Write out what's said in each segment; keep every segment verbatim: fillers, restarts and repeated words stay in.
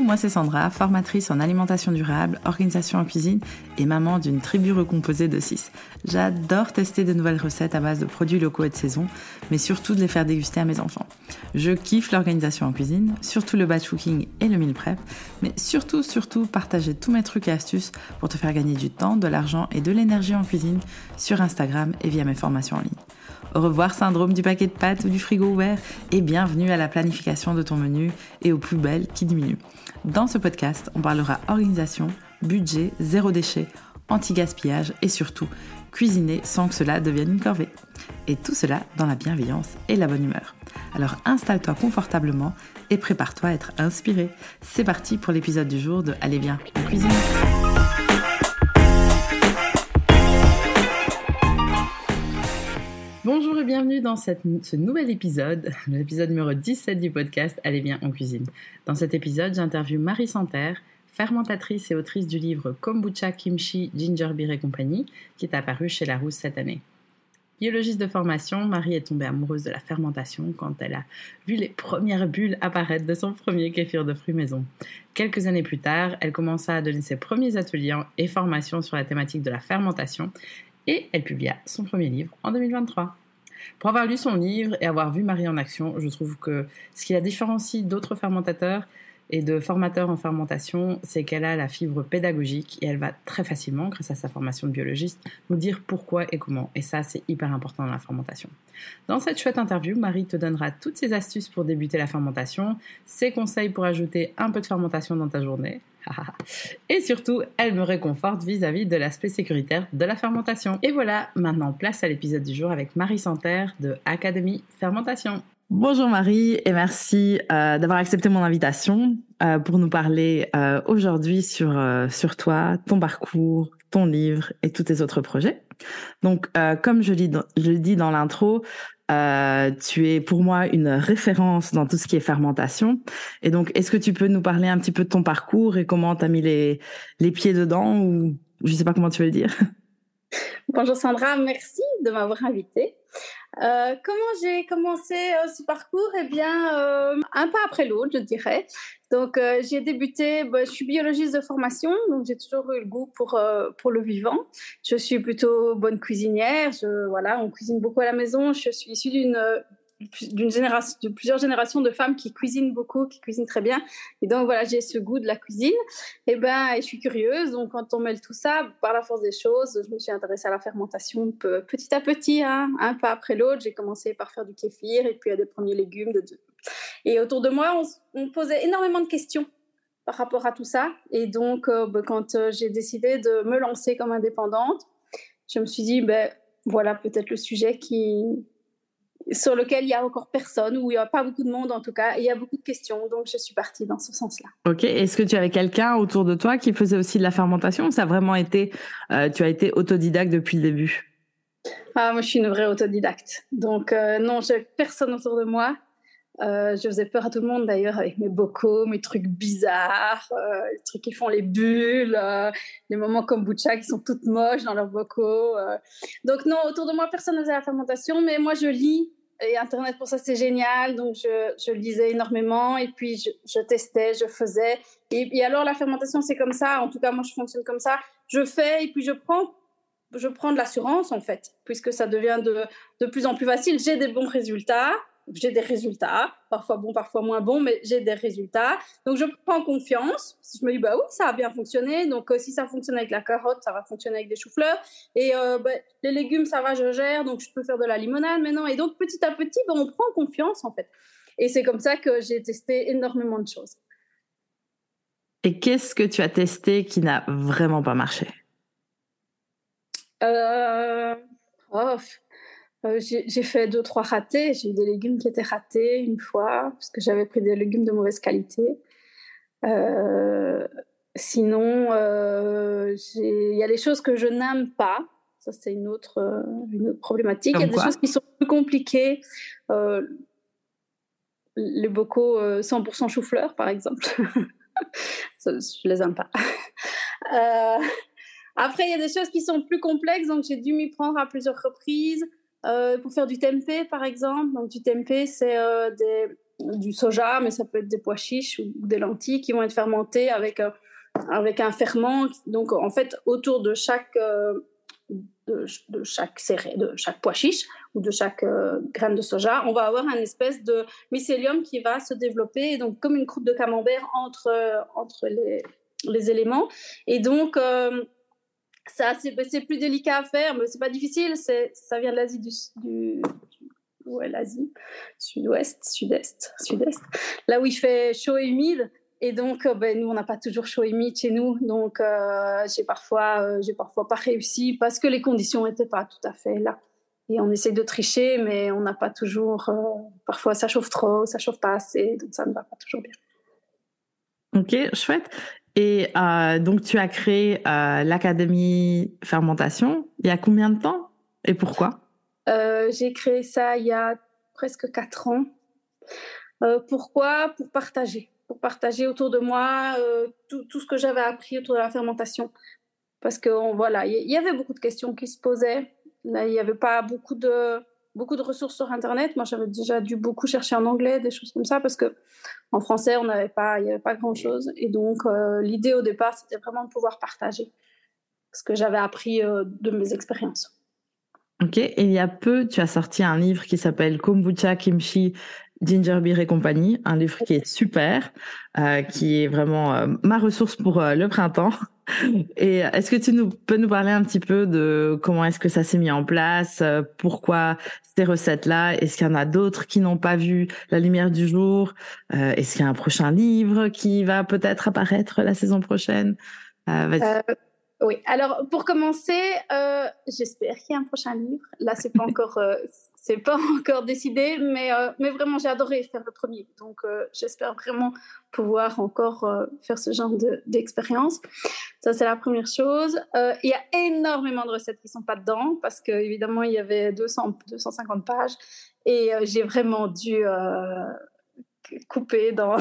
moi c'est Sandra, formatrice en alimentation durable, organisation en cuisine et maman d'une tribu recomposée de six. J'adore tester de nouvelles recettes à base de produits locaux et de saison, mais surtout de les faire déguster à mes enfants. Je kiffe l'organisation en cuisine, surtout le batch cooking et le meal prep, mais surtout, surtout partager tous mes trucs et astuces pour te faire gagner du temps, de l'argent et de l'énergie en cuisine sur Instagram et via mes formations en ligne. Au revoir syndrome du paquet de pâtes ou du frigo ouvert et bienvenue à la planification de ton menu et aux plus belles qui diminuent. Dans ce podcast, on parlera organisation, budget, zéro déchet, anti-gaspillage et surtout cuisiner sans que cela devienne une corvée. Et tout cela dans la bienveillance et la bonne humeur. Alors installe-toi confortablement et prépare-toi à être inspiré. C'est parti pour l'épisode du jour de Allez viens, on cuisine. Bonjour et bienvenue dans cette, ce nouvel épisode, l'épisode numéro dix-sept du podcast Allez bien en cuisine. Dans cet épisode, j'interviewe Marie Santerre, fermentatrice et autrice du livre Kombucha, Kimchi, Ginger Beer et compagnie, qui est apparu chez Larousse cette année. Biologiste de formation, Marie est tombée amoureuse de la fermentation quand elle a vu les premières bulles apparaître de son premier kéfir de fruits maison. Quelques années plus tard, elle commença à donner ses premiers ateliers et formations sur la thématique de la fermentation et elle publia son premier livre en deux mille vingt-trois. Pour avoir lu son livre et avoir vu Marie en action, je trouve que ce qui la différencie d'autres fermentateurs et de formateurs en fermentation, c'est qu'elle a la fibre pédagogique et elle va très facilement, grâce à sa formation de biologiste, nous dire pourquoi et comment. Et ça, c'est hyper important dans la fermentation. Dans cette chouette interview, Marie te donnera toutes ses astuces pour débuter la fermentation, ses conseils pour ajouter un peu de fermentation dans ta journée. Et surtout, elle me réconforte vis-à-vis de l'aspect sécuritaire de la fermentation. Et voilà, maintenant place à l'épisode du jour avec Marie Santerre de Académie Fermentation. Bonjour Marie et merci euh, d'avoir accepté mon invitation euh, pour nous parler euh, aujourd'hui sur, euh, sur toi, ton parcours, ton livre et tous tes autres projets. Donc, euh, comme je, lis dans, je le dis dans l'intro, euh, tu es pour moi une référence dans tout ce qui est fermentation. Et donc, est-ce que tu peux nous parler un petit peu de ton parcours et comment tu as mis les, les pieds dedans ou je ne sais pas comment tu veux le dire. Bonjour Sandra, merci de m'avoir invitée. Euh, comment j'ai commencé euh, ce parcours? Eh bien, euh, un pas après l'autre, je dirais. Donc, euh, j'ai débuté, bah, je suis biologiste de formation, donc j'ai toujours eu le goût pour, euh, pour le vivant. Je suis plutôt bonne cuisinière, je, voilà, on cuisine beaucoup à la maison. Je suis issue d'une, d'une génération, de plusieurs générations de femmes qui cuisinent beaucoup, qui cuisinent très bien. Et donc, voilà, j'ai ce goût de la cuisine. Et ben, et je suis curieuse, donc quand on mêle tout ça, par la force des choses, je me suis intéressée à la fermentation petit à petit, hein, un pas après l'autre. J'ai commencé par faire du kéfir et puis à des premiers légumes. De, de... Et autour de moi, on, on posait énormément de questions par rapport à tout ça. Et donc, euh, ben, quand euh, j'ai décidé de me lancer comme indépendante, je me suis dit, ben, voilà peut-être le sujet qui... sur lequel il n'y a encore personne, ou il n'y a pas beaucoup de monde en tout cas, et il y a beaucoup de questions, donc je suis partie dans ce sens-là. Ok, est-ce que tu avais quelqu'un autour de toi qui faisait aussi de la fermentation ou ça a vraiment été, euh, tu as été autodidacte depuis le début? Ah, moi je suis une vraie autodidacte, donc euh, non, j'ai personne autour de moi. Euh, je faisais peur à tout le monde d'ailleurs avec mes bocaux, mes trucs bizarres, euh, les trucs qui font les bulles, euh, les moments kombucha qui sont toutes moches dans leurs bocaux. Euh. Donc non, autour de moi, personne ne faisait la fermentation, mais moi je lis, et Internet pour ça c'est génial, donc je, je lisais énormément, et puis je, je testais, je faisais. Et, et alors la fermentation c'est comme ça, en tout cas moi je fonctionne comme ça, je fais et puis je prends, je prends de l'assurance en fait, puisque ça devient de, de plus en plus facile, j'ai des bons résultats. J'ai des résultats, parfois bons, parfois moins bons, mais j'ai des résultats. Donc, je prends confiance. Je me dis, bah oui, ça a bien fonctionné. Donc, euh, si ça fonctionne avec la carotte, ça va fonctionner avec des choux-fleurs. Et euh, bah, les légumes, ça va, je gère. Donc, je peux faire de la limonade maintenant. Et donc, petit à petit, bah, on prend confiance, en fait. Et c'est comme ça que j'ai testé énormément de choses. Et qu'est-ce que tu as testé qui n'a vraiment pas marché? Euh... Oh. Euh, j'ai, j'ai fait deux, trois ratés. J'ai eu des légumes qui étaient ratés une fois, parce que j'avais pris des légumes de mauvaise qualité. Euh, sinon, euh, il y a des choses que je n'aime pas. Ça, c'est une autre, euh, une autre problématique. Il y a des choses qui sont plus compliquées. Euh, les bocaux euh, cent pour cent chou-fleur, par exemple. Ça, je les aime pas. Euh, après, il y a des choses qui sont plus complexes, donc j'ai dû m'y prendre à plusieurs reprises. Euh, pour faire du tempeh, par exemple. Donc, du tempeh, c'est euh, des, du soja, mais ça peut être des pois chiches ou des lentilles qui vont être fermentées avec, euh, avec un ferment. Donc, en fait, autour de chaque, euh, de, de, chaque céré, de chaque pois chiche ou de chaque euh, graine de soja, on va avoir un espèce de mycélium qui va se développer, donc comme une croûte de camembert entre, euh, entre les, les éléments. Et donc, euh, ça, c'est, c'est plus délicat à faire, mais c'est pas difficile. C'est, ça vient de l'Asie du, du, ouais, l'Asie, sud-ouest, sud-est, sud-est, là où il fait chaud et humide. Et donc, ben, nous, on n'a pas toujours chaud et humide chez nous. Donc, euh, j'ai, parfois, euh, j'ai parfois pas réussi parce que les conditions n'étaient pas tout à fait là. Et on essaie de tricher, mais on n'a pas toujours... Euh, parfois, ça chauffe trop, ça chauffe pas assez, donc ça ne va pas toujours bien. Ok, chouette. Et euh, donc, tu as créé euh, l'Académie Fermentation. Il y a combien de temps et pourquoi ? euh, J'ai créé ça il y a presque quatre ans. Euh, pourquoi ? Pour partager. Pour partager autour de moi euh, tout, tout ce que j'avais appris autour de la fermentation. Parce que on, voilà, il y, y avait beaucoup de questions qui se posaient. Là, il n'y avait pas beaucoup de, beaucoup de ressources sur Internet. Moi, j'avais déjà dû beaucoup chercher en anglais, des choses comme ça, parce qu'en français, on n'avait pas, il n'y avait pas grand-chose. Et donc, euh, l'idée au départ, c'était vraiment de pouvoir partager ce que j'avais appris euh, de mes expériences. Ok, et il y a peu, tu as sorti un livre qui s'appelle Kombucha, Kimchi, Ginger Beer et compagnie, un livre qui est super, euh, qui est vraiment euh, ma ressource pour euh, le printemps. Et est-ce que tu nous, peux nous parler un petit peu de comment est-ce que ça s'est mis en place, euh, pourquoi ces recettes-là, est-ce qu'il y en a d'autres qui n'ont pas vu la lumière du jour, euh, est-ce qu'il y a un prochain livre qui va peut-être apparaître la saison prochaine ? euh, Vas-y. Euh... Oui, alors pour commencer, euh, j'espère qu'il y a un prochain livre. Là, c'est pas encore, euh, c'est pas encore décidé, mais euh, mais vraiment, j'ai adoré faire le premier, donc euh, j'espère vraiment pouvoir encore euh, faire ce genre de, d'expérience. Ça, c'est la première chose. Euh, il y a énormément de recettes qui sont pas dedans parce que évidemment, il y avait deux cents, deux cent cinquante pages et euh, j'ai vraiment dû euh, couper dans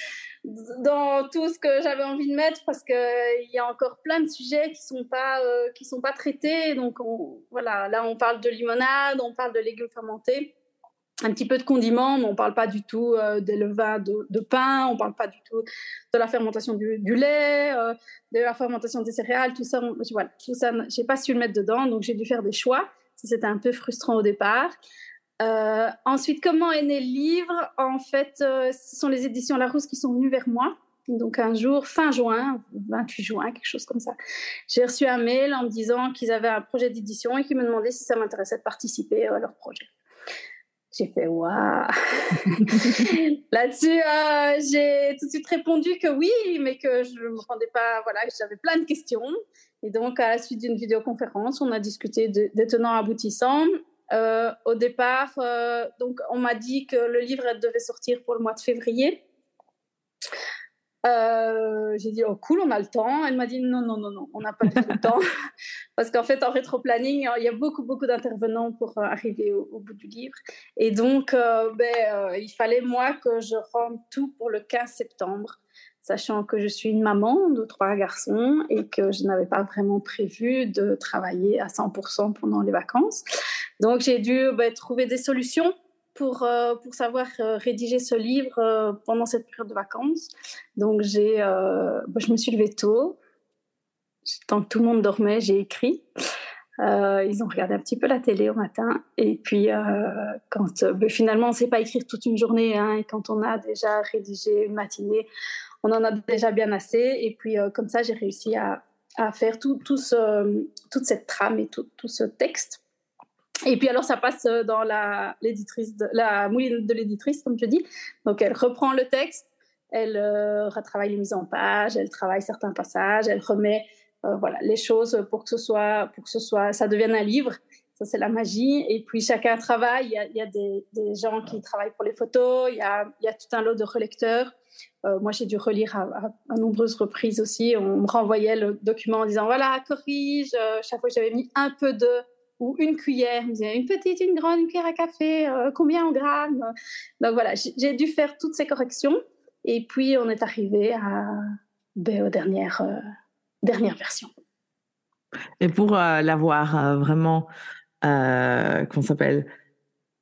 dans tout ce que j'avais envie de mettre parce qu'il euh, y a encore plein de sujets qui sont pas euh, qui sont pas traités. Donc on, voilà, là on parle de limonade, on parle de légumes fermentés, un petit peu de condiments, mais on parle pas du tout euh, des levains de, de pain, on parle pas du tout de la fermentation du, du lait, euh, de la fermentation des céréales, tout ça. On, voilà, tout ça, j'ai pas su le mettre dedans, donc j'ai dû faire des choix. Ça, c'était un peu frustrant au départ. Euh, ensuite, comment est né le livre ? En fait, euh, ce sont les éditions Larousse qui sont venues vers moi. Donc un jour, fin juin, vingt-huit juin, quelque chose comme ça, j'ai reçu un mail en me disant qu'ils avaient un projet d'édition et qu'ils me demandaient si ça m'intéressait de participer à leur projet. J'ai fait waouh. Là-dessus, euh, j'ai tout de suite répondu que oui, mais que je ne me rendais pas, voilà, que j'avais plein de questions. Et donc, à la suite d'une vidéoconférence, on a discuté de, des tenants aboutissants. Euh, au départ, euh, donc, on m'a dit que le livre devait sortir pour le mois de février. Euh, j'ai dit, oh cool, on a le temps. Elle m'a dit, non, non, non, non, on n'a pas du tout le temps. Parce qu'en fait, en rétro-planning, il y a beaucoup, beaucoup d'intervenants pour arriver au, au bout du livre. Et donc, euh, ben, euh, il fallait, moi, que je rende tout pour le quinze septembre, sachant que je suis une maman de trois garçons et que je n'avais pas vraiment prévu de travailler à cent pour cent pendant les vacances. Donc, j'ai dû ben, trouver des solutions pour, euh, pour savoir euh, rédiger ce livre euh, pendant cette période de vacances. Donc, j'ai, euh, ben, je me suis levée tôt. Tant que tout le monde dormait, j'ai écrit. Euh, ils ont regardé un petit peu la télé au matin. Et puis, euh, quand, ben, finalement, on ne sait pas écrire toute une journée. Hein, et quand on a déjà rédigé une matinée, on en a déjà bien assez. Et puis, euh, comme ça, j'ai réussi à, à faire tout, tout ce, toute cette trame et tout, tout ce texte. Et puis alors, ça passe dans la, l'éditrice de, la mouline de l'éditrice, comme je dis. Donc, elle reprend le texte, elle euh, retravaille les mises en page, elle travaille certains passages, elle remet euh, voilà, les choses pour que, ce soit, pour que ce soit, ça devienne un livre. Ça, c'est la magie. Et puis, chacun travaille. Il y a, il y a des, des gens qui travaillent pour les photos. Il y a, il y a tout un lot de relecteurs. Euh, moi, j'ai dû relire à, à, à nombreuses reprises aussi. On me renvoyait le document en disant, voilà, corrige. Euh, chaque fois, j'avais mis un peu de... ou une cuillère, me disait une petite, une grande, une cuillère à café, euh, combien en grammes. Donc voilà, j'ai dû faire toutes ces corrections. Et puis, on est arrivé à, ben, aux dernières, euh, dernières versions. Et pour euh, l'avoir euh, vraiment, euh, qu'on s'appelle,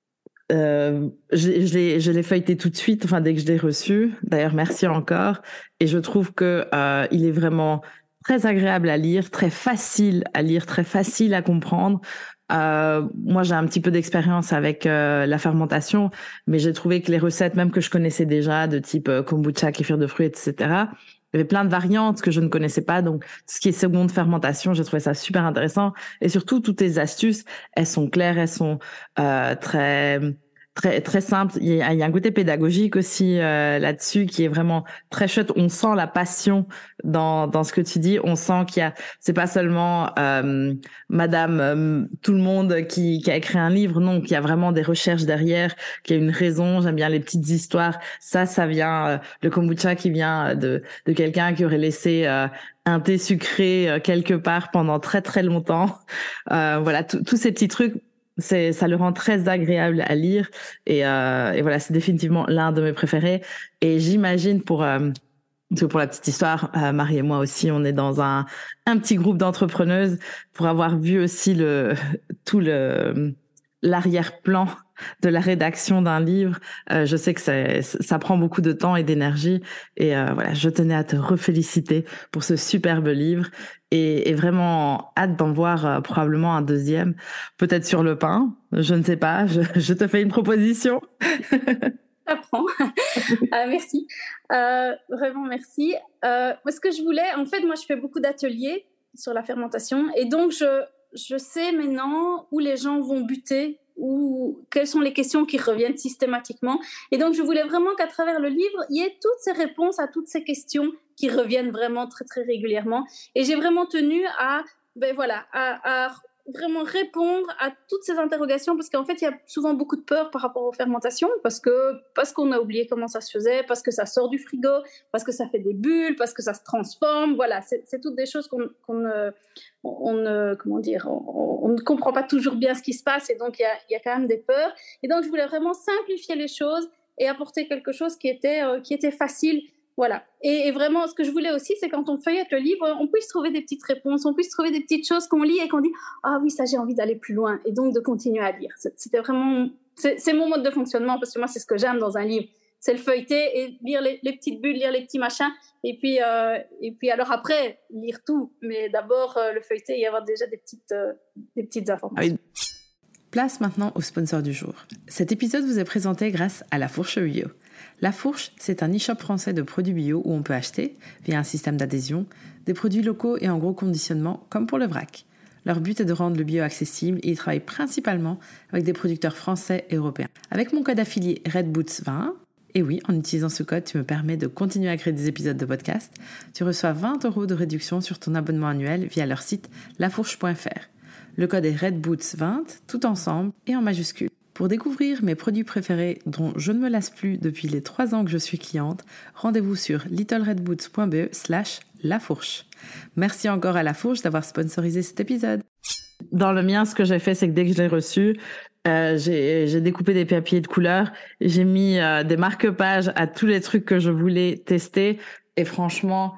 Euh, je, je, l'ai, je l'ai feuilleté tout de suite, enfin dès que je l'ai reçu. D'ailleurs, merci encore. Et je trouve que euh, il est vraiment très agréable à lire, très facile à lire, très facile à comprendre. Euh, moi, j'ai un petit peu d'expérience avec euh, la fermentation, mais j'ai trouvé que les recettes, même que je connaissais déjà, de type euh, kombucha, kéfir de fruits, et cetera, il y avait plein de variantes que je ne connaissais pas. Donc, ce qui est seconde fermentation, j'ai trouvé ça super intéressant. Et surtout, toutes les astuces, elles sont claires, elles sont euh, très très très simples. Il y a, il y a un côté pédagogique aussi euh, là-dessus qui est vraiment très chouette. On sent la passion dans dans ce que tu dis. On sent qu'il y a, c'est pas seulement euh, Madame euh, tout le monde qui qui a écrit un livre. Non, qu'il y a vraiment des recherches derrière, qu'il y a une raison. J'aime bien les petites histoires. Ça, ça vient euh, le kombucha qui vient de de quelqu'un qui aurait laissé euh, un thé sucré euh, quelque part pendant très très longtemps. Euh, voilà, tous ces petits trucs, c'est, ça le rend très agréable à lire. Et, euh, et voilà, c'est définitivement l'un de mes préférés. Et j'imagine pour... Euh, parce que pour la petite histoire, euh, Marie et moi aussi, on est dans un, un petit groupe d'entrepreneuses pour avoir vu aussi le, tout le, l'arrière-plan de la rédaction d'un livre. Euh, je sais que ça, ça prend beaucoup de temps et d'énergie. Et euh, voilà, je tenais à te reféliciter pour ce superbe livre et, et vraiment hâte d'en voir euh, probablement un deuxième, peut-être sur le pain. Je ne sais pas, je, je te fais une proposition. J'apprends. euh, merci. Euh, vraiment, merci. Euh, ce que je voulais, en fait, moi, je fais beaucoup d'ateliers sur la fermentation. Et donc, je, je sais maintenant où les gens vont buter, où, quelles sont les questions qui reviennent systématiquement. Et donc, je voulais vraiment qu'à travers le livre, il y ait toutes ces réponses à toutes ces questions qui reviennent vraiment très, très régulièrement. Et j'ai vraiment tenu à, ben voilà, à, à vraiment répondre à toutes ces interrogations, parce qu'en fait, il y a souvent beaucoup de peur par rapport aux fermentations, parce que parce qu'on a oublié comment ça se faisait, parce que ça sort du frigo, parce que ça fait des bulles, parce que ça se transforme. Voilà, c'est, c'est toutes des choses qu'on, qu'on ne, on ne, comment dire, on, on ne comprend pas toujours bien ce qui se passe, et donc il y a, il y a quand même des peurs. Et donc, je voulais vraiment simplifier les choses et apporter quelque chose qui était, euh, qui était facile. Voilà. Et, et vraiment, ce que je voulais aussi, c'est quand on feuillette le livre, on puisse trouver des petites réponses, on puisse trouver des petites choses qu'on lit et qu'on dit « Ah oui, ça, j'ai envie d'aller plus loin » et donc de continuer à lire. C'était vraiment... C'est, c'est mon mode de fonctionnement, parce que moi, c'est ce que j'aime dans un livre. C'est le feuilleter et lire les, les petites bulles, lire les petits machins. Et puis, euh, et puis alors après, lire tout. Mais d'abord, euh, le feuilleter et avoir déjà des petites, euh, des petites informations. Oui. Place maintenant au sponsor du jour. Cet épisode vous est présenté grâce à La Fourche Bio. La Fourche, c'est un e-shop français de produits bio où on peut acheter, via un système d'adhésion, des produits locaux et en gros conditionnement, comme pour le vrac. Leur but est de rendre le bio accessible et ils travaillent principalement avec des producteurs français et européens. Avec mon code affilié redboots vingt, et oui, en utilisant ce code, tu me permets de continuer à créer des épisodes de podcast, tu reçois vingt euros de réduction sur ton abonnement annuel via leur site lafourche point f r. Le code est redboots vingt, tout ensemble et en majuscule. Pour découvrir mes produits préférés dont je ne me lasse plus depuis les trois ans que je suis cliente, rendez-vous sur littleredboots point b e slash lafourche. Merci encore à La Fourche d'avoir sponsorisé cet épisode. Dans le mien, ce que j'ai fait, c'est que dès que je l'ai reçu, euh, j'ai, j'ai découpé des papiers de couleur, j'ai mis euh, des marque-pages à tous les trucs que je voulais tester et franchement,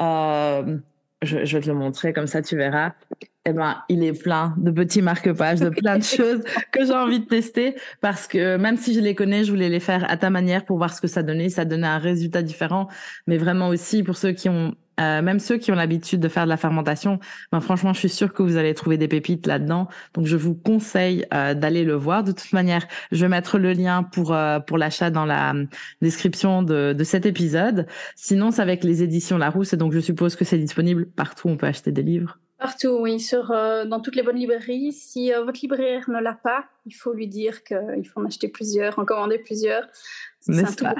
euh, je, je vais te le montrer, comme ça tu verras. Eh ben, il est plein de petits marque-pages, de plein de choses que j'ai envie de tester parce que même si je les connais, je voulais les faire à ta manière pour voir ce que ça donnait. Ça donnait un résultat différent, mais vraiment aussi pour ceux qui ont, euh, même ceux qui ont l'habitude de faire de la fermentation, ben franchement, je suis sûre que vous allez trouver des pépites là-dedans. Donc, je vous conseille euh, d'aller le voir. De toute manière, je vais mettre le lien pour euh, pour l'achat dans la description de, de cet épisode. Sinon, c'est avec les éditions Larousse et donc je suppose que c'est disponible partout. On peut acheter des livres. Partout, oui, sur, euh, dans toutes les bonnes librairies. Si euh, votre libraire ne l'a pas, il faut lui dire qu'il faut en acheter plusieurs, en commander plusieurs. C'est N'est-ce pas?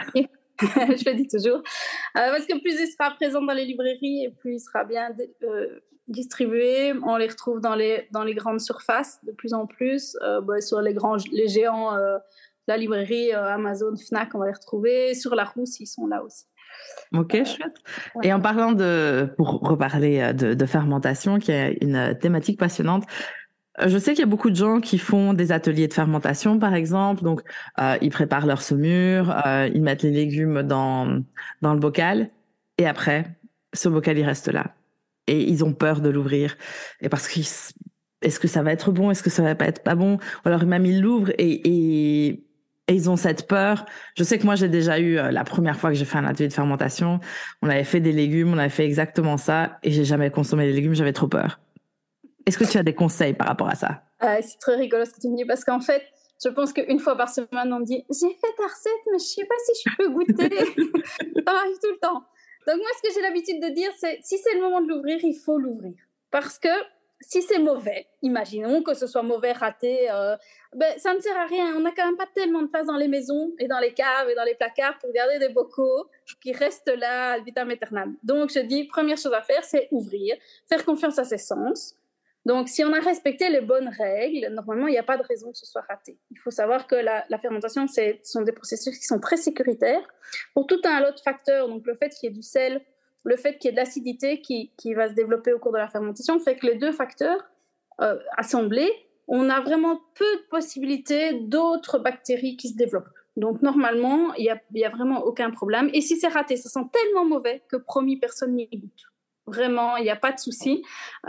Je le dis toujours. Euh, parce que plus il sera présent dans les librairies et plus il sera bien euh, distribué. On les retrouve dans les, dans les grandes surfaces de plus en plus. Euh, bah, sur les, grands, les géants, euh, la librairie, euh, Amazon, Fnac, on va les retrouver. Sur Larousse, ils sont là aussi. Ok, chouette. Et en parlant de, pour reparler de, de fermentation, qui est une thématique passionnante, je sais qu'il y a beaucoup de gens qui font des ateliers de fermentation, par exemple. Donc, euh, ils préparent leur saumure, euh, ils mettent les légumes dans dans le bocal, et après, ce bocal il reste là, et ils ont peur de l'ouvrir. Et parce qu'ils, est-ce que ça va être bon, est-ce que ça va pas être pas bon? Ou alors même ils l'ouvrent et, et Et ils ont cette peur. Je sais que moi, j'ai déjà eu, euh, la première fois que j'ai fait un atelier de fermentation, on avait fait des légumes, on avait fait exactement ça, et j'ai jamais consommé les légumes, j'avais trop peur. Est-ce que tu as des conseils par rapport à ça? Euh, c'est très rigolo ce que tu me dis, parce qu'en fait, je pense qu'une fois par semaine, on me dit « J'ai fait ta recette, mais je sais pas si je peux goûter. » Ça m'arrive tout le temps. Donc moi, ce que j'ai l'habitude de dire, c'est si c'est le moment de l'ouvrir, il faut l'ouvrir. Parce que si c'est mauvais, imaginons que ce soit mauvais, raté, euh, ben, ça ne sert à rien. On n'a quand même pas tellement de place dans les maisons et dans les caves et dans les placards pour garder des bocaux qui restent là ad vitam aeternam. Donc je dis, première chose à faire, c'est ouvrir, faire confiance à ses sens. Donc, si on a respecté les bonnes règles, normalement, il n'y a pas de raison que ce soit raté. Il faut savoir que la, la fermentation, ce sont des processus qui sont très sécuritaires. Pour tout un lot de facteurs, donc le fait qu'il y ait du sel, le fait qu'il y ait de l'acidité qui, qui va se développer au cours de la fermentation, fait que les deux facteurs euh, assemblés, on a vraiment peu de possibilités d'autres bactéries qui se développent. Donc, normalement, il n'y a, a vraiment aucun problème. Et si c'est raté, ça sent tellement mauvais que promis, personne n'y goûte. Vraiment, il n'y a pas de souci.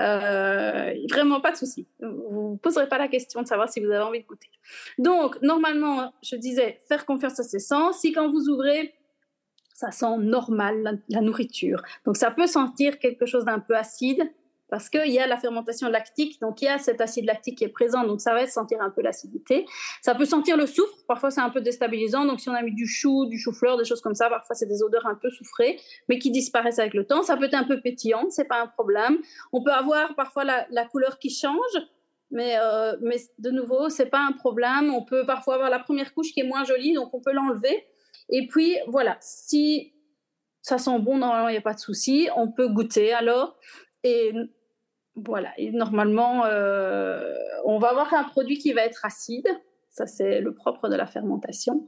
Euh, vraiment pas de souci. Vous ne poserez pas la question de savoir si vous avez envie de goûter. Donc, normalement, je disais, faire confiance à ses sens. Si quand vous ouvrez, ça sent normal la, la nourriture. Donc, ça peut sentir quelque chose d'un peu acide parce qu'il y a la fermentation lactique. Donc, il y a cet acide lactique qui est présent. Donc, ça va sentir un peu l'acidité. Ça peut sentir le soufre. Parfois, c'est un peu déstabilisant. Donc, si on a mis du chou, du chou-fleur, des choses comme ça, parfois, c'est des odeurs un peu soufrées, mais qui disparaissent avec le temps. Ça peut être un peu pétillant. C'est pas un problème. On peut avoir parfois la, la couleur qui change. Mais, euh, mais de nouveau, c'est pas un problème. On peut parfois avoir la première couche qui est moins jolie. Donc, on peut l'enlever. Et puis, voilà. Si ça sent bon, normalement, il n'y a pas de souci. On peut goûter alors. Et voilà, et normalement, euh, on va avoir un produit qui va être acide. Ça, c'est le propre de la fermentation.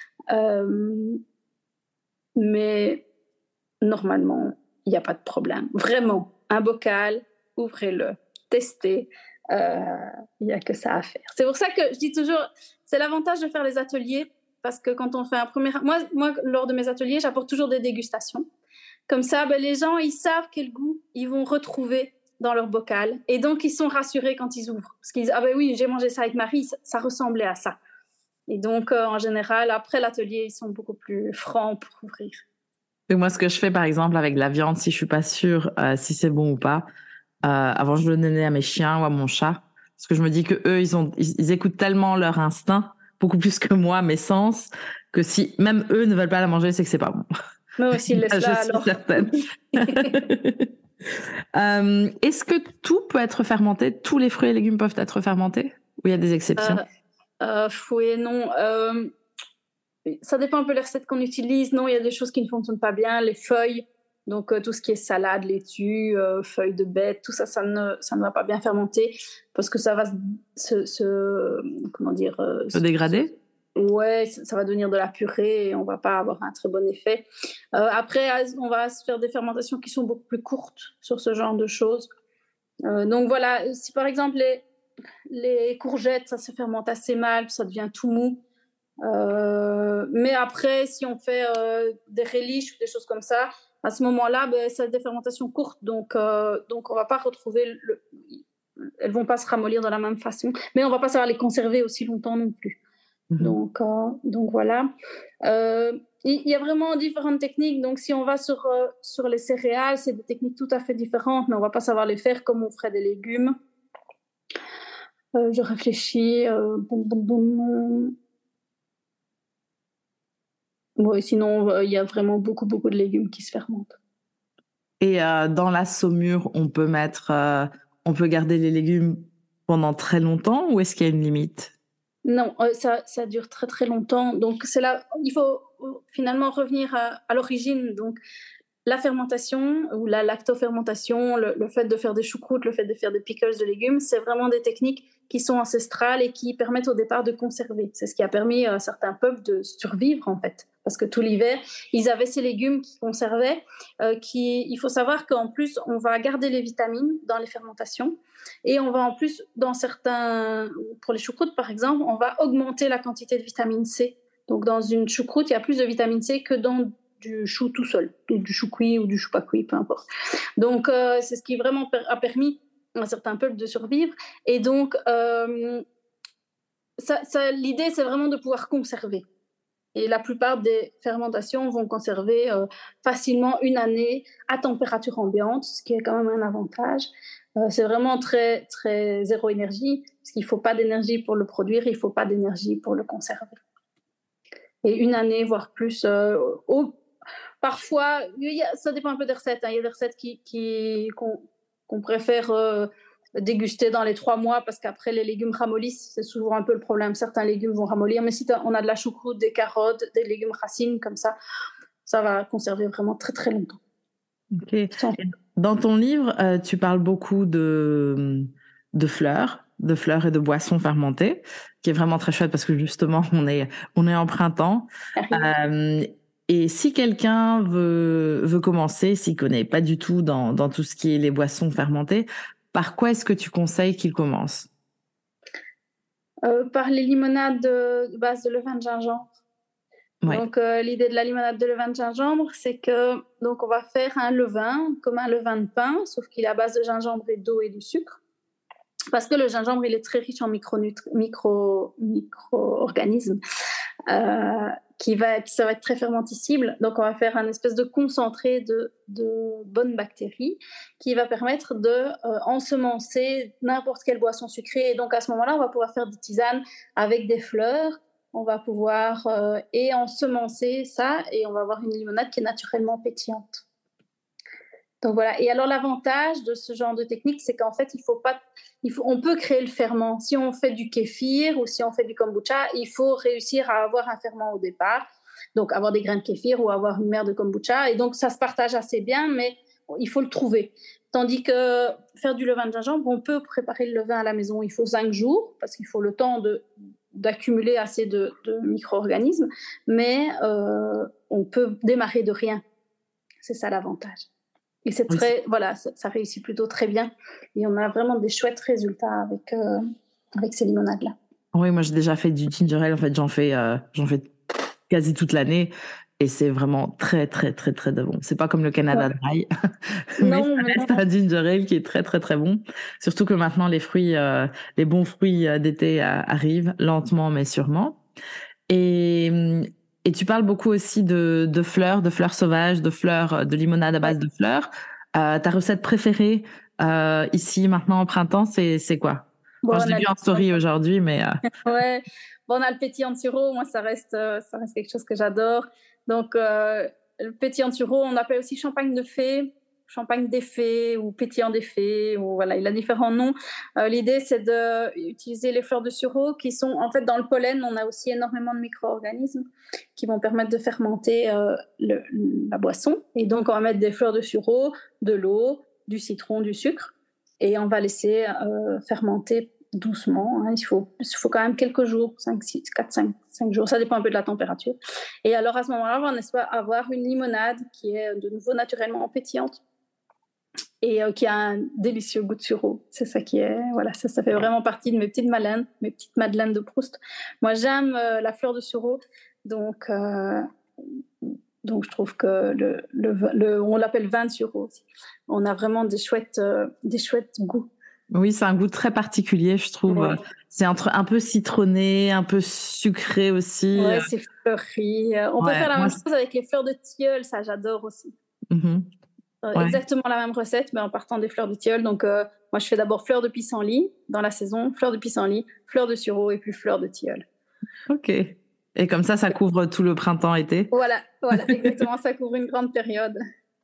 Euh, mais normalement, il n'y a pas de problème. Vraiment, un bocal, ouvrez-le, testez. Euh, il n'y a que ça à faire. C'est pour ça que je dis toujours, c'est l'avantage de faire les ateliers, parce que quand on fait un premier... Moi, moi lors de mes ateliers, j'apporte toujours des dégustations. Comme ça, ben, les gens, ils savent quel goût ils vont retrouver dans leur bocal. Et donc, ils sont rassurés quand ils ouvrent. Parce qu'ils disent, ah ben oui, j'ai mangé ça avec Marie, ça, ça ressemblait à ça. Et donc, euh, en général, après l'atelier, ils sont beaucoup plus francs pour ouvrir. Et moi, ce que je fais, par exemple, avec la viande, si je suis pas sûre euh, si c'est bon ou pas, euh, avant, je le donnais à mes chiens ou à mon chat. Parce que je me dis que eux, ils, ont, ils, ils écoutent tellement leur instinct, beaucoup plus que moi, mes sens, que si même eux ne veulent pas la manger, c'est que c'est pas bon. Mais aussi, laisse là, je alors. suis certaine. euh, est-ce que tout peut être fermenté? Tous les fruits et légumes peuvent être fermentés? Ou il y a des exceptions? euh, euh, Oui et non. Euh, ça dépend un peu des recettes qu'on utilise. Non, il y a des choses qui ne fonctionnent pas bien. Les feuilles, donc euh, tout ce qui est salade, laitue, euh, feuilles de bête, tout ça, ça ne, ça ne va pas bien fermenter parce que ça va se... se comment dire euh, Se dégrader se, Ouais, ça va devenir de la purée et on va pas avoir un très bon effet. Euh, après, on va se faire des fermentations qui sont beaucoup plus courtes sur ce genre de choses. Euh, donc voilà, si par exemple les, les courgettes, ça se fermente assez mal, ça devient tout mou. Euh, mais après, si on fait euh, des relish ou des choses comme ça, à ce moment-là, ben, c'est des fermentations courtes, donc, euh, donc on va pas retrouver... Le... Elles vont pas se ramollir de la même façon, mais on va pas savoir les conserver aussi longtemps non plus. Donc, euh, donc voilà. Euh, il y a vraiment différentes techniques. Donc, si on va sur, euh, sur les céréales, c'est des techniques tout à fait différentes, mais on ne va pas savoir les faire comme on ferait des légumes. Euh, je réfléchis. Euh, boum, boum, boum, euh... ouais, sinon, il euh, y a vraiment beaucoup, beaucoup de légumes qui se fermentent. Et euh, dans la saumure, on peut mettre, euh, on peut garder les légumes pendant très longtemps ou est-ce qu'il y a une limite? Non, euh, ça, ça dure très très longtemps. Donc c'est là, il faut finalement revenir à, à l'origine. Donc la fermentation ou la lactofermentation, le, le fait de faire des choucroutes, le fait de faire des pickles de légumes, c'est vraiment des techniques qui sont ancestrales et qui permettent au départ de conserver. C'est ce qui a permis à certains peuples de survivre en fait. Parce que tout l'hiver, ils avaient ces légumes qui conservaient. Euh, qui, il faut savoir qu'en plus, on va garder les vitamines dans les fermentations. Et on va en plus, dans certains, pour les choucroutes par exemple, on va augmenter la quantité de vitamine C. Donc dans une choucroute, il y a plus de vitamine C que dans du chou tout seul, du chou cuit ou du chou pas cuit, peu importe. Donc euh, c'est ce qui vraiment a permis à certains peuples de survivre. Et donc, euh, ça, ça, l'idée, c'est vraiment de pouvoir conserver. Et la plupart des fermentations vont conserver euh, facilement une année à température ambiante, ce qui est quand même un avantage. Euh, c'est vraiment très, très zéro énergie, parce qu'il ne faut pas d'énergie pour le produire, il ne faut pas d'énergie pour le conserver. Et une année, voire plus. Euh, au, parfois, y a, ça dépend un peu des recettes. Hein. Il y a des recettes qui, qui, qu'on, qu'on préfère euh, déguster dans les trois mois parce qu'après, les légumes ramollissent. C'est souvent un peu le problème. Certains légumes vont ramollir. Mais si on a de la choucroute, des carottes, des légumes racines comme ça, ça va conserver vraiment très, très longtemps. Ok. Dans ton livre, euh, tu parles beaucoup de, de fleurs, de fleurs et de boissons fermentées, qui est vraiment très chouette parce que justement, on est, on est en printemps. Euh, et si quelqu'un veut, veut commencer, s'il connaît pas du tout dans, dans tout ce qui est les boissons fermentées, par quoi est-ce que tu conseilles qu'il commence? euh, Par les limonades de base de levain de gingembre. Ouais. Donc, euh, l'idée de la limonade de levain de gingembre, c'est que donc on va faire un levain comme un levain de pain, sauf qu'il est à base de gingembre et d'eau et du sucre. Parce que le gingembre, il est très riche en micro-nutri- micro, micro-organismes, euh, qui va être, ça va être très fermenticible. Donc, on va faire un espèce de concentré de, de bonnes bactéries qui va permettre de euh, ensemencer n'importe quelle boisson sucrée. Et donc, à ce moment-là, on va pouvoir faire des tisanes avec des fleurs. On va pouvoir euh, et ensemencer ça et on va avoir une limonade qui est naturellement pétillante. Donc voilà. Et alors l'avantage de ce genre de technique, c'est qu'en fait, il faut pas, il faut, on peut créer le ferment. Si on fait du kéfir ou si on fait du kombucha, il faut réussir à avoir un ferment au départ. Donc avoir des grains de kéfir ou avoir une mère de kombucha. Et donc ça se partage assez bien, mais il faut le trouver. Tandis que faire du levain de gingembre, on peut préparer le levain à la maison. Il faut cinq jours parce qu'il faut le temps de d'accumuler assez de, de micro-organismes, mais euh, on peut démarrer de rien. C'est ça l'avantage. Et c'est très, oui. voilà, ça, ça réussit plutôt très bien. Et on a vraiment des chouettes résultats avec, euh, avec ces limonades-là. Oui, moi j'ai déjà fait du ginger ale. En fait, j'en fais, euh, j'en fais quasi toute l'année. Et c'est vraiment très, très, très, très bon. C'est pas comme le Canada Dry, ouais. mais non, ça reste mais non. un ginger ale qui est très, très, très bon. Surtout que maintenant, les fruits, euh, les bons fruits d'été euh, arrivent lentement, mais sûrement. Et, et tu parles beaucoup aussi de, de fleurs, de fleurs sauvages, de fleurs, de limonade à base ouais. de fleurs. Euh, ta recette préférée euh, ici, maintenant, au printemps, c'est, c'est quoi? Bon, enfin, je l'ai vu en story aujourd'hui, mais... Euh... ouais, bon, on a le pétillant de sureau. Moi, ça reste, ça reste quelque chose que j'adore. Donc, euh, le pétillant de sureau, on appelle aussi champagne de fée, champagne des fées ou pétillant des fées, ou voilà, il a différents noms. Euh, l'idée, c'est d'utiliser les fleurs de sureau qui sont, en fait, dans le pollen, on a aussi énormément de micro-organismes qui vont permettre de fermenter euh, le, la boisson. Et donc, on va mettre des fleurs de sureau, de l'eau, du citron, du sucre, et on va laisser euh, fermenter doucement, hein. il, faut, il faut quand même quelques jours, cinq, six, quatre, cinq, cinq jours, ça dépend un peu de la température. Et alors à ce moment-là, on va avoir une limonade qui est de nouveau naturellement pétillante et euh, qui a un délicieux goût de sureau. C'est ça qui est, voilà, ça, ça fait vraiment partie de mes petites madeleines, mes petites madeleines de Proust. Moi, j'aime euh, la fleur de sureau, donc, euh, donc je trouve que le, le, le, on l'appelle vin de sureau aussi. On a vraiment des chouettes, euh, des chouettes goûts. Oui, c'est un goût très particulier, je trouve. Ouais. C'est entre un peu citronné, un peu sucré aussi. Ouais, c'est fleuri. On ouais, peut faire la même chose avec les fleurs de tilleul, ça j'adore aussi. Mm-hmm. Euh, ouais. Exactement la même recette, mais en partant des fleurs de tilleul. Donc, euh, moi, je fais d'abord fleurs de pissenlit dans la saison, fleurs de pissenlit, fleurs de sureau et puis fleurs de tilleul. Ok. Et comme ça, ça couvre tout le printemps-été. Voilà, voilà, exactement, ça couvre une grande période.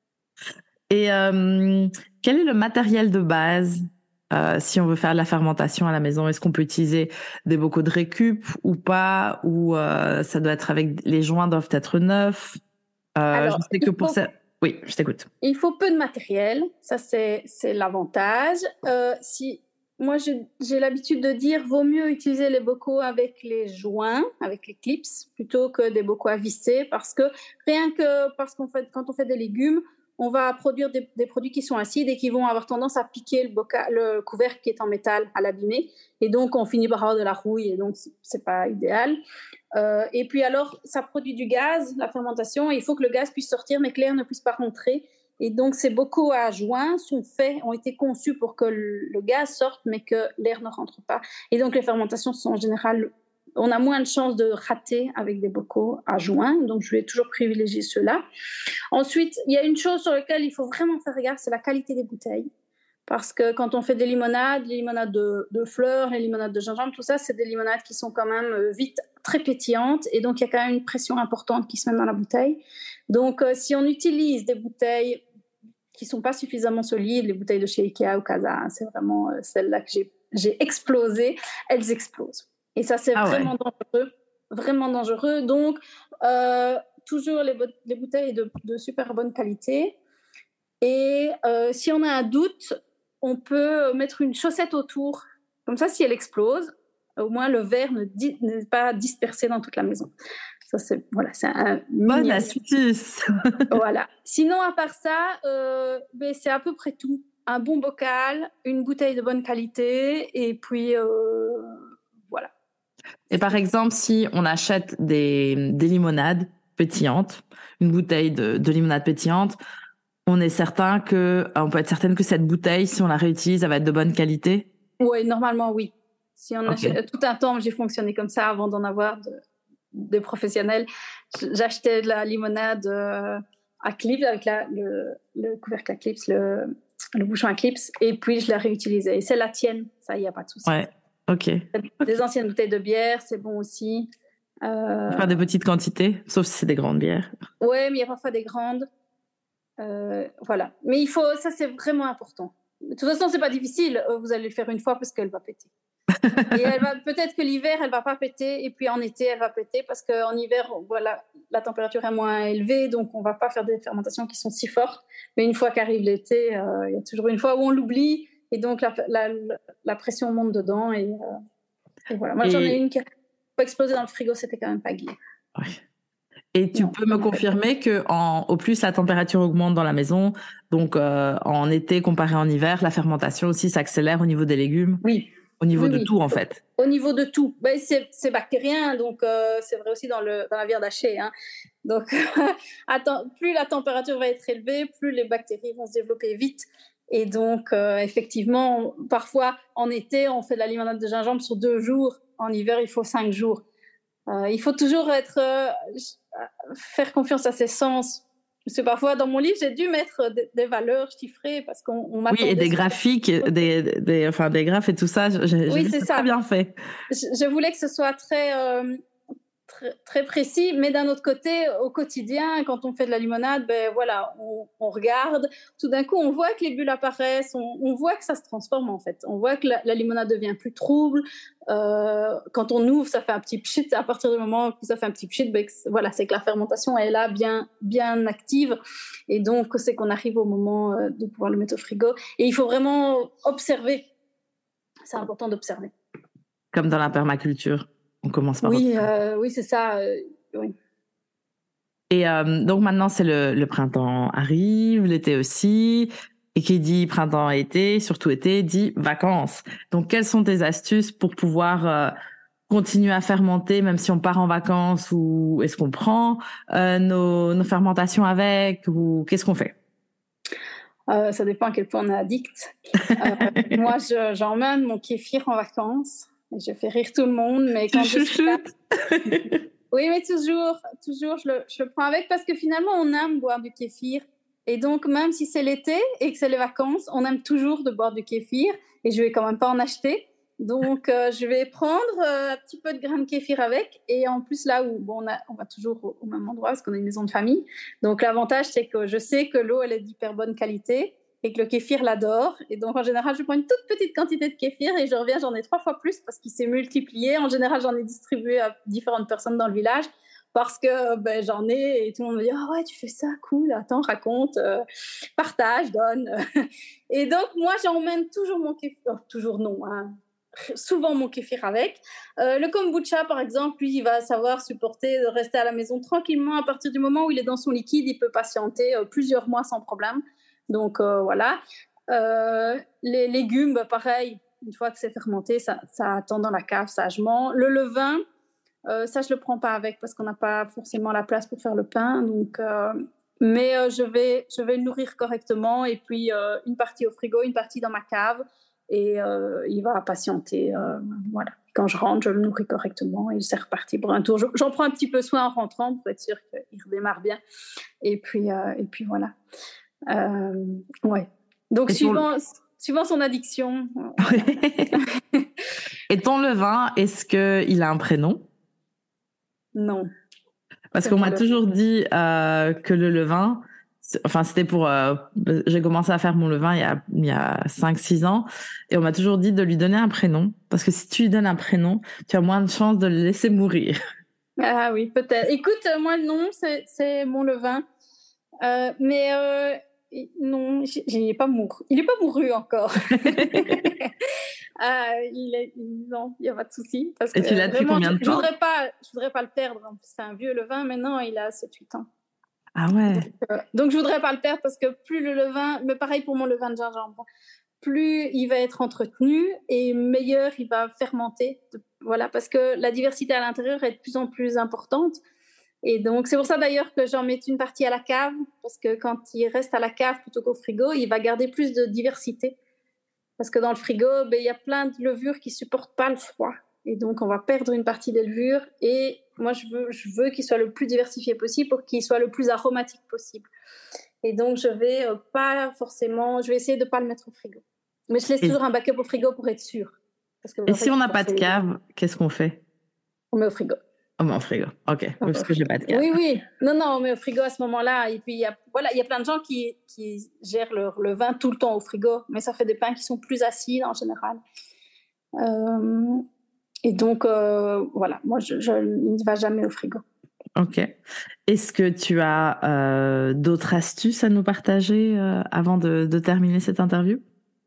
Et euh, quel est le matériel de base euh, si on veut faire de la fermentation à la maison? Est-ce qu'on peut utiliser des bocaux de récup ou pas? Ou euh, ça doit être avec les joints doivent être neufs? euh, Alors, je sais que pour faut... ça. Oui, je t'écoute. Il faut peu de matériel, ça c'est, c'est l'avantage. Euh, si moi j'ai, j'ai l'habitude de dire, vaut mieux utiliser les bocaux avec les joints, avec les clips, plutôt que des bocaux à visser, parce que rien que parce qu'on fait, quand on fait des légumes, on va produire des, des produits qui sont acides et qui vont avoir tendance à piquer le, boca, le couvercle qui est en métal, à l'abîmer, et donc on finit par avoir de la rouille, et donc c'est, c'est pas idéal. Euh, et puis alors, ça produit du gaz, la fermentation, et il faut que le gaz puisse sortir, mais que l'air ne puisse pas rentrer. Et donc, ces bocaux à joint sont faits, ont été conçus pour que le, le gaz sorte, mais que l'air ne rentre pas. Et donc, les fermentations sont en général, on a moins de chances de rater avec des bocaux à joint. Donc, je vais toujours privilégier ceux-là. Ensuite, il y a une chose sur laquelle il faut vraiment faire gaffe, c'est la qualité des bouteilles. Parce que quand on fait des limonades, les limonades de, de fleurs, les limonades de gingembre, tout ça, c'est des limonades qui sont quand même vite très pétillantes. Et donc, il y a quand même une pression importante qui se met dans la bouteille. Donc, euh, si on utilise des bouteilles qui ne sont pas suffisamment solides, les bouteilles de chez Ikea ou Casa, c'est vraiment euh, celles-là que j'ai, j'ai explosées, elles explosent. Et ça, c'est ah vraiment ouais. dangereux, vraiment dangereux. Donc, euh, toujours les, bo- les bouteilles de, de super bonne qualité. Et euh, si on a un doute, on peut mettre une chaussette autour. Comme ça, si elle explose, au moins le verre ne di- n'est pas dispersé dans toute la maison. Ça, c'est, voilà, c'est un bonne astuce. Voilà. Sinon, à part ça, euh, ben, c'est à peu près tout. Un bon bocal, une bouteille de bonne qualité, et puis euh, voilà. Et par exemple, si on achète des, des limonades pétillantes, une bouteille de, de limonade pétillante, on est certain que, on peut être certaine que cette bouteille, si on la réutilise, elle va être de bonne qualité? Oui, normalement, oui. Si on okay. achète, tout un temps, j'ai fonctionné comme ça avant d'en avoir de, des professionnels. J'achetais de la limonade euh, à clips, avec la, le, le couvercle à clips, le, le bouchon à clips, et puis je la réutilisais. Et c'est la tienne, ça, il n'y a pas de souci. Ouais, ok. Des anciennes bouteilles de bière, c'est bon aussi. Euh... Faire des petites quantités, sauf si c'est des grandes bières. Oui, mais il y a parfois des grandes. Euh, voilà. Mais il faut, ça, c'est vraiment important. De toute façon, c'est pas difficile. Vous allez le faire une fois parce qu'elle va péter. Et elle va, peut-être que l'hiver, elle va pas péter, et puis en été, elle va péter parce qu'en hiver, voilà, la température est moins élevée, donc on va pas faire des fermentations qui sont si fortes. Mais une fois qu'arrive l'été, euh, il y a toujours une fois où on l'oublie, et donc la, la, la pression monte dedans, et, euh, et voilà. Moi, et... j'en ai une qui a pas explosé dans le frigo, c'était quand même pas Guy. Ouais. Et tu non, peux me confirmer que en, au plus la température augmente dans la maison, donc euh, en été comparé en hiver, la fermentation aussi s'accélère au niveau des légumes. Oui. Au niveau oui, de oui. tout, en fait. Au niveau de tout. Ben, c'est, c'est bactérien, donc euh, c'est vrai aussi dans, le, dans la viande hachée. Hein. Donc, attends, plus la température va être élevée, plus les bactéries vont se développer vite. Et donc, euh, effectivement, parfois, en été, on fait de la limonade de gingembre sur deux jours. En hiver, il faut cinq jours. Euh, il faut toujours être, euh, faire confiance à ses sens. Parce que parfois, dans mon livre, j'ai dû mettre des, des valeurs chiffrées parce qu'on on Oui, et des graphiques, des, des, enfin, des graphes et tout ça. J'ai, j'ai oui, vu c'est ça. ça. Très bien fait. Je, je voulais que ce soit très, euh, très, très précis, mais d'un autre côté, au quotidien, quand on fait de la limonade, ben voilà, on, on regarde. Tout d'un coup, on voit que les bulles apparaissent, on, on voit que ça se transforme en fait. On voit que la, la limonade devient plus trouble. Euh, quand on ouvre, ça fait un petit pchit. À partir du moment où ça fait un petit pchit, ben, voilà, c'est que la fermentation est là, bien, bien active. Et donc, c'est qu'on arrive au moment de pouvoir le mettre au frigo. Et il faut vraiment observer. C'est important d'observer. Comme dans la permaculture, on commence par oui, euh, oui, c'est ça. Euh, oui. Et euh, donc maintenant, c'est le, le printemps arrive, l'été aussi. Et qui dit printemps et été, surtout été, dit vacances. Donc, quelles sont tes astuces pour pouvoir euh, continuer à fermenter, même si on part en vacances, ou est-ce qu'on prend euh, nos, nos fermentations avec, ou qu'est-ce qu'on fait? Euh, ça dépend à quel point on est addict. Euh, moi, je, j'emmène mon kéfir en vacances. Et je fais rire tout le monde, mais quand je suis là... Oui, mais toujours, toujours, je le, je le prends avec parce que finalement, on aime boire du kéfir. Et donc, même si c'est l'été et que c'est les vacances, on aime toujours de boire du kéfir. Et je vais quand même pas en acheter. Donc, euh, je vais prendre euh, un petit peu de grains de kéfir avec. Et en plus, là où bon, on, a, on va toujours au, au même endroit parce qu'on a une maison de famille. Donc, l'avantage, c'est que je sais que l'eau, elle est d'hyper bonne qualité et que le kéfir l'adore. Et donc, en général, je prends une toute petite quantité de kéfir et je reviens, j'en ai trois fois plus parce qu'il s'est multiplié. En général, j'en ai distribué à différentes personnes dans le village parce que ben, j'en ai et tout le monde me dit « Ah oh ouais, tu fais ça, cool, attends, raconte, euh, partage, donne. » Et donc, moi, j'emmène toujours mon kéfir. Oh, toujours non, hein. Souvent mon kéfir avec. Euh, le kombucha, par exemple, lui, il va savoir supporter de rester à la maison tranquillement. À partir du moment où il est dans son liquide, il peut patienter euh, plusieurs mois sans problème. Donc, euh, voilà. Euh, les légumes, bah, pareil, une fois que c'est fermenté, ça, ça attend dans la cave sagement. Le levain, euh, ça, je ne le prends pas avec parce qu'on n'a pas forcément la place pour faire le pain. Donc, euh, mais euh, je, vais, je vais le nourrir correctement et puis euh, une partie au frigo, une partie dans ma cave et euh, il va patienter. Euh, voilà. Quand je rentre, je le nourris correctement et c'est reparti pour un tour. Je, j'en prends un petit peu soin en rentrant pour être sûr qu'il redémarre bien. Et puis, euh, et puis voilà. Euh, ouais. Donc, suivant, le... suivant son addiction. Voilà. Et ton levain, est-ce qu'il a un prénom? Non. Parce qu'on m'a toujours dit euh, que le levain, enfin c'était pour, euh, j'ai commencé à faire mon levain il y a, il y a cinq six ans, et on m'a toujours dit de lui donner un prénom, parce que si tu lui donnes un prénom, tu as moins de chances de le laisser mourir. Ah oui, peut-être. Écoute, moi non, c'est, c'est mon levain. Euh, mais euh, non, il n'est pas mouru. Il n'est pas mouru encore. Ah, il est, non, il n'y a pas de souci. Parce Et que, tu l'as depuis combien de temps? Je ne voudrais pas, je voudrais pas le perdre. C'est un vieux levain, maintenant il a sept huit ans. Ah ouais. Donc, euh, donc je ne voudrais pas le perdre parce que plus le levain, mais pareil pour mon levain de gingembre, plus il va être entretenu et meilleur il va fermenter. Voilà, parce que la diversité à l'intérieur est de plus en plus importante. Et donc, c'est pour ça d'ailleurs que j'en mets une partie à la cave, parce que quand il reste à la cave plutôt qu'au frigo, il va garder plus de diversité. Parce que dans le frigo, ben, il y a plein de levures qui ne supportent pas le froid. Et donc, on va perdre une partie des levures. Et moi, je veux, je veux qu'il soit le plus diversifié possible pour qu'il soit le plus aromatique possible. Et donc, je vais euh, pas forcément... Je vais essayer de ne pas le mettre au frigo. Mais je laisse et... toujours un backup au frigo pour être sûr. Parce que et si on n'a pas de cave, qu'est-ce qu'on fait? On met au frigo. On met au frigo, ok, oui, parce que j'ai pas de cave. Oui, oui, non, non, on met au frigo à ce moment-là. Et puis, il y a, voilà, il y a plein de gens qui, qui gèrent leur, le vin tout le temps au frigo, mais ça fait des pains qui sont plus acides en général. Euh, et donc, euh, voilà, moi, je, je ne vais jamais au frigo. Ok. Est-ce que tu as euh, d'autres astuces à nous partager euh, avant de, de terminer cette interview?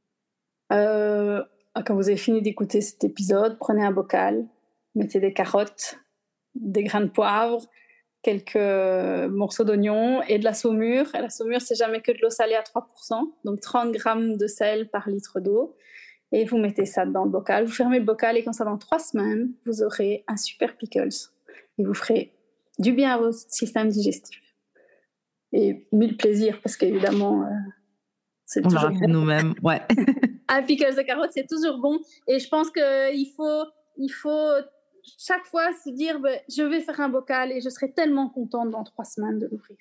euh, Quand vous avez fini d'écouter cet épisode, prenez un bocal, mettez des carottes, des grains de poivre, quelques morceaux d'oignon et de la saumure. Et la saumure, c'est jamais que de l'eau salée à trois pour cent, donc trente grammes de sel par litre d'eau. Et vous mettez ça dans le bocal, vous fermez le bocal et comme ça, dans trois semaines, vous aurez un super pickles. Et vous ferez du bien à votre système digestif. Et mille plaisirs, parce qu'évidemment, euh, c'est on toujours bon. On nous-mêmes, ouais. Un pickles de carottes, c'est toujours bon. Et je pense qu'il faut... Il faut chaque fois se dire ben, je vais faire un bocal et je serai tellement contente dans trois semaines de l'ouvrir.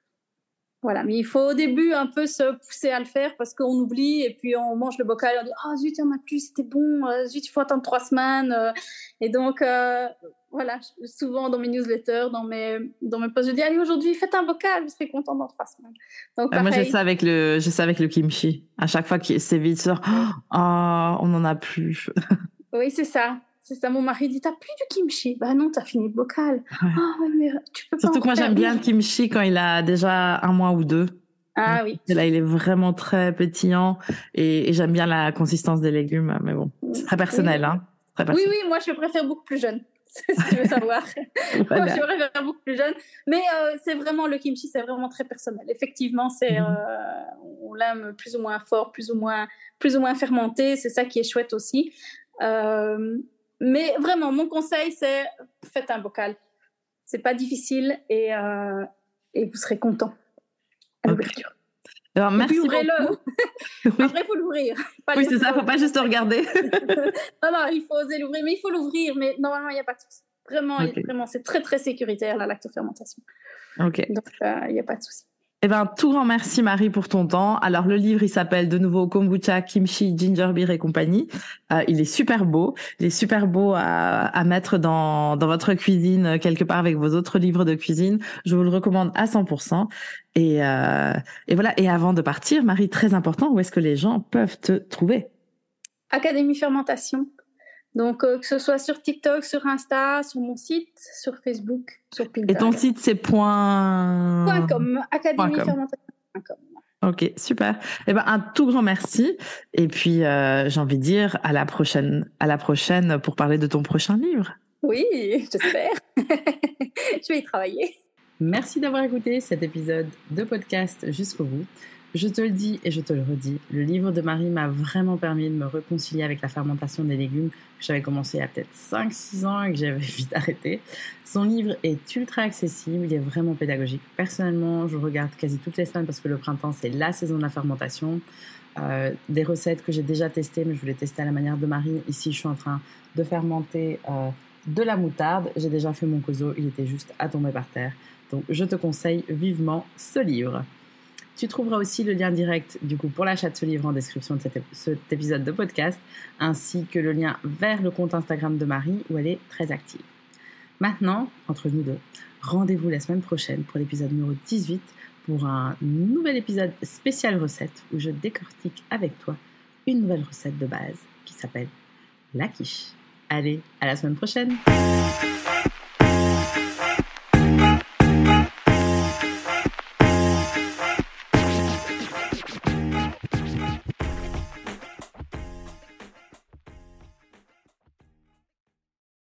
Voilà, mais il faut au début un peu se pousser à le faire parce qu'on oublie et puis on mange le bocal et on dit ah oh, zut, il n'y en a plus, c'était bon, euh, zut, il faut attendre trois semaines. Et donc, euh, voilà, souvent dans mes newsletters, dans mes, dans mes posts, je dis allez, aujourd'hui, faites un bocal, je serai contente dans trois semaines. Donc, euh, moi, j'ai ça, avec le, j'ai ça avec le kimchi. À chaque fois que c'est vite, oh, oh, on n'en a plus. Oui, c'est ça. C'est ça, mon mari dit, t'as plus du kimchi? Bah non, t'as fini le bocal. Ouais. Oh, mais tu peux Surtout pas que moi, faire. j'aime bien le kimchi quand il a déjà un mois ou deux. Ah donc, oui. Et là, il est vraiment très pétillant et, et j'aime bien la consistance des légumes. Mais bon, c'est très personnel. Oui, hein. Très personnel. Oui, oui, moi, je préfère beaucoup plus jeune. C'est ce que tu veux savoir. Voilà. Moi, je préfère beaucoup plus jeune. Mais euh, c'est vraiment, le kimchi, c'est vraiment très personnel. Effectivement, c'est, mm-hmm. euh, on l'aime plus ou moins fort, plus ou moins, plus ou moins fermenté. C'est ça qui est chouette aussi. Euh, Mais vraiment, mon conseil, c'est faites un bocal. C'est pas difficile et, euh, et vous serez content à l'ouverture. Okay. Alors, merci et puis ouvrez-le. Oui. Après, il faut l'ouvrir. Pas oui, c'est ça, il ne faut pas juste regarder. non, non, il faut oser l'ouvrir, mais il faut l'ouvrir. Mais normalement, il n'y a pas de souci. Vraiment, okay. vraiment, c'est très, très sécuritaire, la lactofermentation. Okay. Donc, il euh, n'y a pas de souci. Eh ben, tout grand merci Marie pour ton temps. Alors le livre, il s'appelle de nouveau Kombucha, Kimchi, Ginger Beer et compagnie. Euh, il est super beau. Il est super beau à, à mettre dans, dans votre cuisine quelque part avec vos autres livres de cuisine. Je vous le recommande à cent pour cent. Et, euh, et voilà. Et avant de partir, Marie, très important, où est-ce que les gens peuvent te trouver? Académie Fermentation. Donc, euh, que ce soit sur TikTok, sur Insta, sur mon site, sur Facebook, sur Pinterest. Et ton site, c'est point... Point .com, académie fermentation point com. Ok, super. Eh ben, un tout grand merci. Et puis, euh, j'ai envie de dire à la prochaine, à la prochaine pour parler de ton prochain livre. Oui, j'espère. Je vais y travailler. Merci d'avoir écouté cet épisode de podcast jusqu'au bout. Je te le dis et je te le redis, le livre de Marie m'a vraiment permis de me réconcilier avec la fermentation des légumes que j'avais commencé il y a peut-être cinq six ans et que j'avais vite arrêté. Son livre est ultra accessible, il est vraiment pédagogique. Personnellement, je regarde quasi toutes les semaines parce que le printemps, c'est la saison de la fermentation. Euh, des recettes que j'ai déjà testées, mais je voulais tester à la manière de Marie. Ici, je suis en train de fermenter euh, de la moutarde. J'ai déjà fait mon coso, il était juste à tomber par terre. Donc, je te conseille vivement ce livre. Tu trouveras aussi le lien direct du coup pour l'achat de ce livre en description de cet, ép- cet épisode de podcast, ainsi que le lien vers le compte Instagram de Marie où elle est très active. Maintenant, entre nous deux, rendez-vous la semaine prochaine pour l'épisode numéro dix-huit pour un nouvel épisode spécial recette où je décortique avec toi une nouvelle recette de base qui s'appelle la quiche. Allez, à la semaine prochaine!